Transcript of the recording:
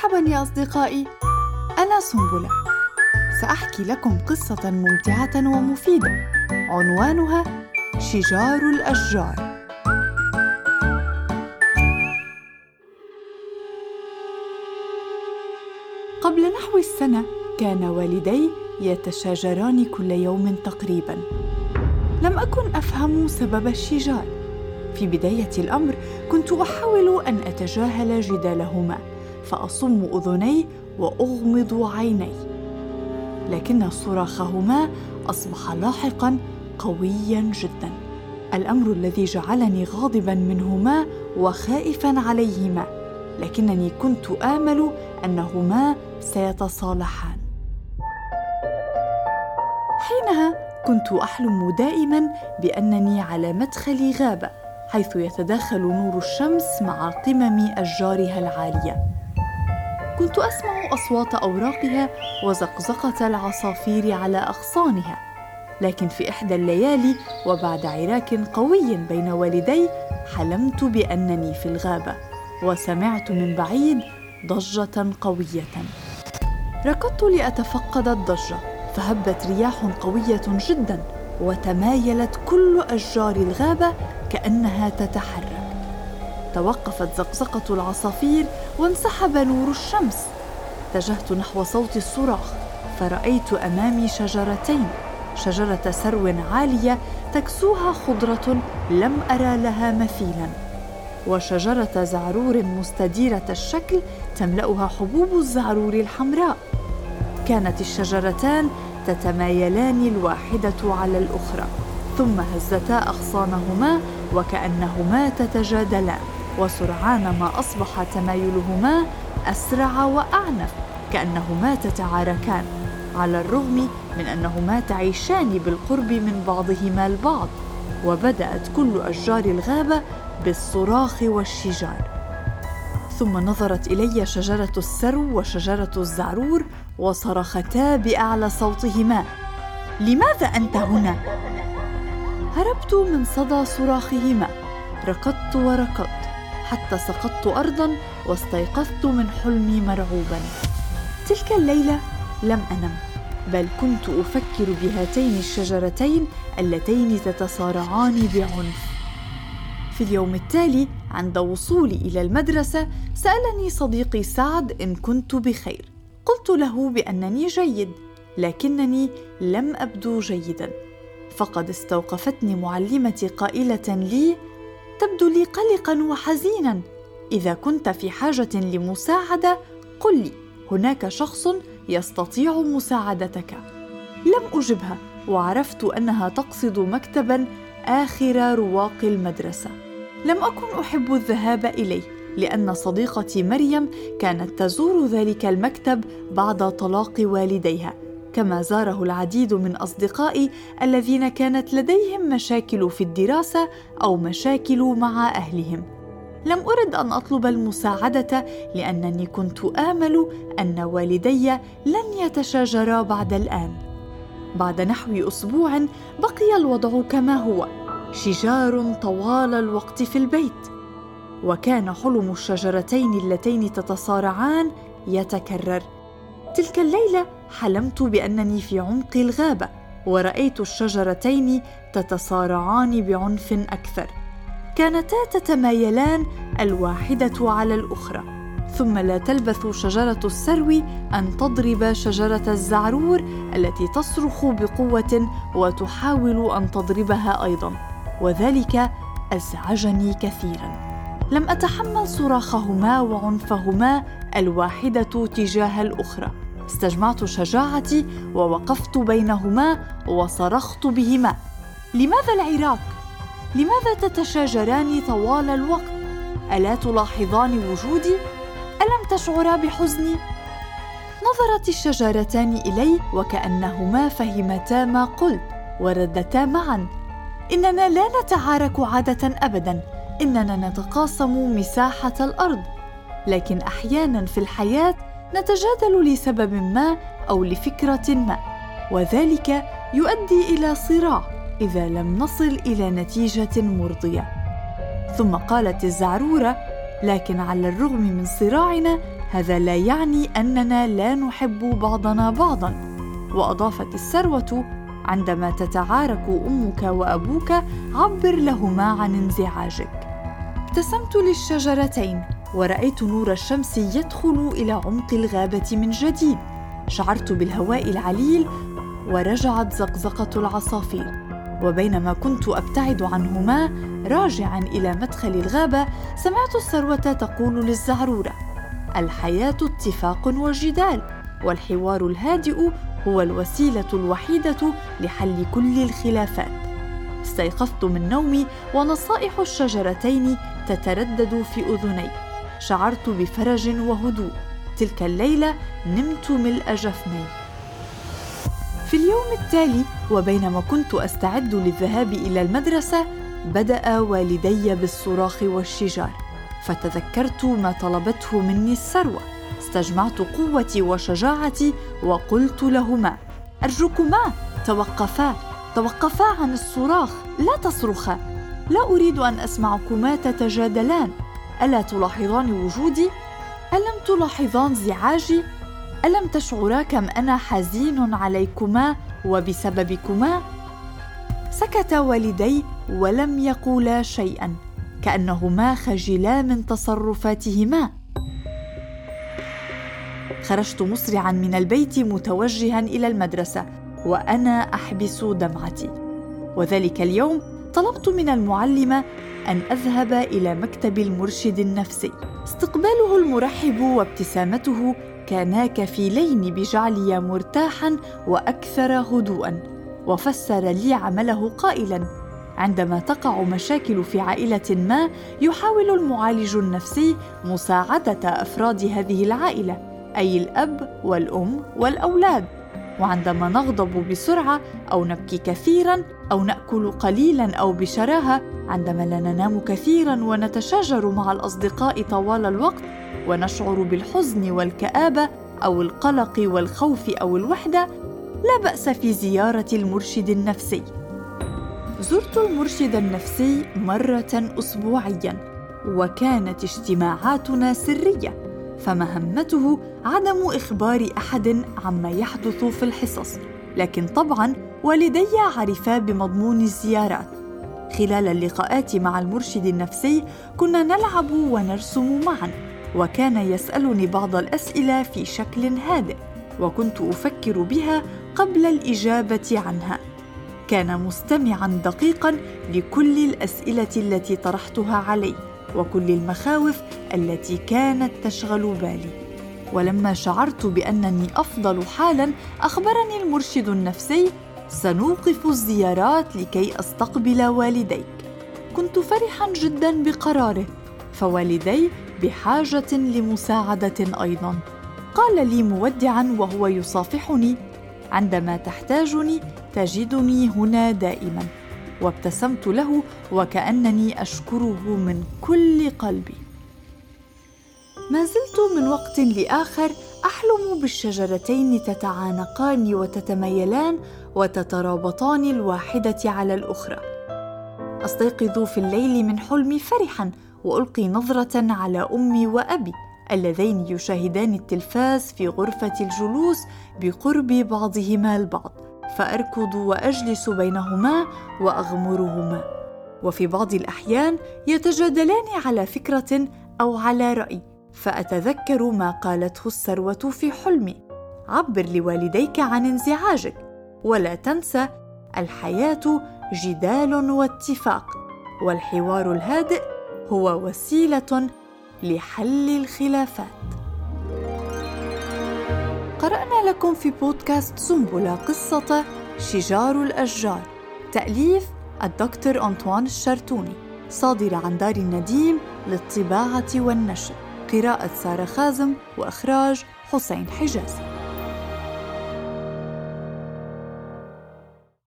مرحباً يا أصدقائي، أنا سنبلة. سأحكي لكم قصة ممتعة ومفيدة عنوانها شجار الأشجار. قبل نحو السنة كان والدي يتشاجران كل يوم تقريباً. لم أكن أفهم سبب الشجار. في بداية الأمر كنت أحاول أن أتجاهل جدالهما، فأصم أذني وأغمض عيني، لكن صراخهما أصبح لاحقاً قوياً جداً، الأمر الذي جعلني غاضباً منهما وخائفاً عليهما، لكنني كنت آمل أنهما سيتصالحان. حينها كنت أحلم دائماً بأنني على مدخل غابة حيث يتداخل نور الشمس مع قمم أشجارها العالية. كنت أسمع أصوات أوراقها وزقزقة العصافير على أغصانها، لكن في إحدى الليالي وبعد عراك قوي بين والدي حلمت بأنني في الغابة، وسمعت من بعيد ضجة قوية. ركضت لأتفقد الضجة، فهبت رياح قوية جداً وتمايلت كل أشجار الغابة كأنها تتحرك. توقفت زقزقة العصافير وانسحب نور الشمس. اتجهت نحو صوت الصراخ، فرأيت أمامي شجرتين، شجرة سرو عالية تكسوها خضرة لم أرى لها مثيلاً، وشجرة زعرور مستديرة الشكل تملأها حبوب الزعرور الحمراء. كانت الشجرتان تتمايلان الواحدة على الأخرى، ثم هزتا أغصانهما وكأنهما تتجادلان، وسرعان ما أصبح تمايلهما أسرع وأعنف، كأنهما تتعاركان، على الرغم من أنهما تعيشان بالقرب من بعضهما البعض. وبدأت كل أشجار الغابة بالصراخ والشجار. ثم نظرت إلي شجرة السرو وشجرة الزعرور وصرختا بأعلى صوتهما: لماذا أنت هنا؟ هربت من صدى صراخهما، ركضت وركضت حتى سقطت أرضاً واستيقظت من حلمي مرعوباً. تلك الليلة لم أنم، بل كنت أفكر بهاتين الشجرتين اللتين تتصارعان بعنف. في اليوم التالي عند وصولي إلى المدرسة سألني صديقي سعد إن كنت بخير. قلت له بأنني جيد، لكنني لم أبدو جيداً، فقد استوقفتني معلمتي قائلة لي: تبدو لي قلقاً وحزيناً، إذا كنت في حاجة لمساعدة قل لي، هناك شخص يستطيع مساعدتك. لم أجبها، وعرفت أنها تقصد مكتباً آخر رواق المدرسة. لم أكن أحب الذهاب إليه، لأن صديقتي مريم كانت تزور ذلك المكتب بعد طلاق والديها، كما زاره العديد من أصدقائي الذين كانت لديهم مشاكل في الدراسة أو مشاكل مع أهلهم. لم أرد أن أطلب المساعدة، لأنني كنت آمل أن والدي لن يتشاجرا بعد الآن. بعد نحو أسبوع بقي الوضع كما هو، شجار طوال الوقت في البيت، وكان حلم الشجرتين اللتين تتصارعان يتكرر. تلك الليلة حلمت بأنني في عمق الغابة، ورأيت الشجرتين تتصارعان بعنف أكثر، كانتا تتمايلان الواحدة على الأخرى. ثم لا تلبث شجرة السرو أن تضرب شجرة الزعرور التي تصرخ بقوة وتحاول أن تضربها أيضاً، وذلك أزعجني كثيراً. لم أتحمل صراخهما وعنفهما الواحدة تجاه الأخرى. استجمعت شجاعتي ووقفت بينهما وصرخت بهما: لماذا العراك؟ لماذا تتشاجران طوال الوقت؟ ألا تلاحظان وجودي؟ ألم تشعرا بحزني؟ نظرت الشجرتان إلي وكأنهما فهمتا ما قلت، وردتا معا: إننا لا نتعارك عادة أبداً، إننا نتقاسم مساحة الأرض، لكن أحياناً في الحياة نتجادل لسبب ما أو لفكرة ما، وذلك يؤدي إلى صراع إذا لم نصل إلى نتيجة مرضية. ثم قالت الزعرورة: لكن على الرغم من صراعنا هذا لا يعني أننا لا نحب بعضنا بعضاً. وأضافت السروة: عندما تتعارك أمك وأبوك عبر لهما عن انزعاجك. ابتسمت للشجرتين ورأيت نور الشمس يدخل إلى عمق الغابة من جديد. شعرت بالهواء العليل ورجعت زقزقة العصافير. وبينما كنت أبتعد عنهما راجعاً إلى مدخل الغابة، سمعت السروة تقول للزعرورة: الحياة اتفاق وجدال، والحوار الهادئ هو الوسيلة الوحيدة لحل كل الخلافات. استيقظت من نومي ونصائح الشجرتين تتردد في أذني. شعرت بفرج وهدوء. تلك الليلة نمت ملء جفني. في اليوم التالي، وبينما كنت أستعد للذهاب إلى المدرسة، بدأ والدي بالصراخ والشجار، فتذكرت ما طلبته مني السروة. استجمعت قوتي وشجاعتي وقلت لهما: أرجوكما توقفا عن الصراخ، لا تصرخا، لا أريد أن أسمعكما تتجادلان. ألا تلاحظان وجودي؟ ألم تلاحظان انزعاجي؟ ألم تشعرا كم أنا حزين عليكما وبسببكما؟ سكت والدي ولم يقولا شيئا، كأنهما خجلا من تصرفاتهما. خرجت مسرعا من البيت متوجها إلى المدرسة وأنا أحبس دمعتي. وذلك اليوم طلبت من المعلمة أن أذهب إلى مكتب المرشد النفسي. استقباله المرحب وابتسامته كانا كفيلين بجعلي مرتاحا وأكثر هدوءا. وفسر لي عمله قائلا: عندما تقع مشاكل في عائلة ما، يحاول المعالج النفسي مساعدة أفراد هذه العائلة، أي الأب والأم والأولاد. وعندما نغضب بسرعة أو نبكي كثيراً أو نأكل قليلاً أو بشراهة، عندما لا ننام كثيراً ونتشاجر مع الأصدقاء طوال الوقت، ونشعر بالحزن والكآبة أو القلق والخوف أو الوحدة، لا بأس في زيارة المرشد النفسي. زرت المرشد النفسي مرة أسبوعياً، وكانت اجتماعاتنا سرية، فمهمته عدم إخبار أحد عما يحدث في الحصص. لكن طبعاً والدي عرفا بمضمون الزيارات. خلال اللقاءات مع المرشد النفسي كنا نلعب ونرسم معاً، وكان يسألني بعض الأسئلة في شكل هادئ، وكنت أفكر بها قبل الإجابة عنها. كان مستمعاً دقيقاً لكل الأسئلة التي طرحتها عليه وكل المخاوف التي كانت تشغل بالي. ولما شعرت بأنني أفضل حالاً، أخبرني المرشد النفسي: سنوقف الزيارات لكي أستقبل والديك. كنت فرحاً جداً بقراره، فوالدي بحاجة لمساعدة أيضاً. قال لي مودعاً وهو يصافحني: عندما تحتاجني تجدني هنا دائماً. وابتسمت له وكأنني أشكره من كل قلبي. ما زلت من وقت لآخر أحلم بالشجرتين تتعانقان وتتميلان وتترابطان الواحدة على الأخرى. أستيقظ في الليل من حلمي فرحاً وألقي نظرة على أمي وأبي اللذين يشاهدان التلفاز في غرفة الجلوس بقرب بعضهما البعض، فأركض وأجلس بينهما وأغمرهما. وفي بعض الأحيان يتجادلان على فكرة أو على رأي، فأتذكر ما قالته السروة في حلمي: عبر لوالديك عن انزعاجك، ولا تنسى الحياة جدال واتفاق، والحوار الهادئ هو وسيلة لحل الخلافات. قرأنا لكم في بودكاست سنبلة قصة شجار الأشجار، تأليف الدكتور أنطوان الشرتوني، صادرة عن دار النديم للطباعة والنشر، قراءة سارة خازم، وإخراج حسين حجازي.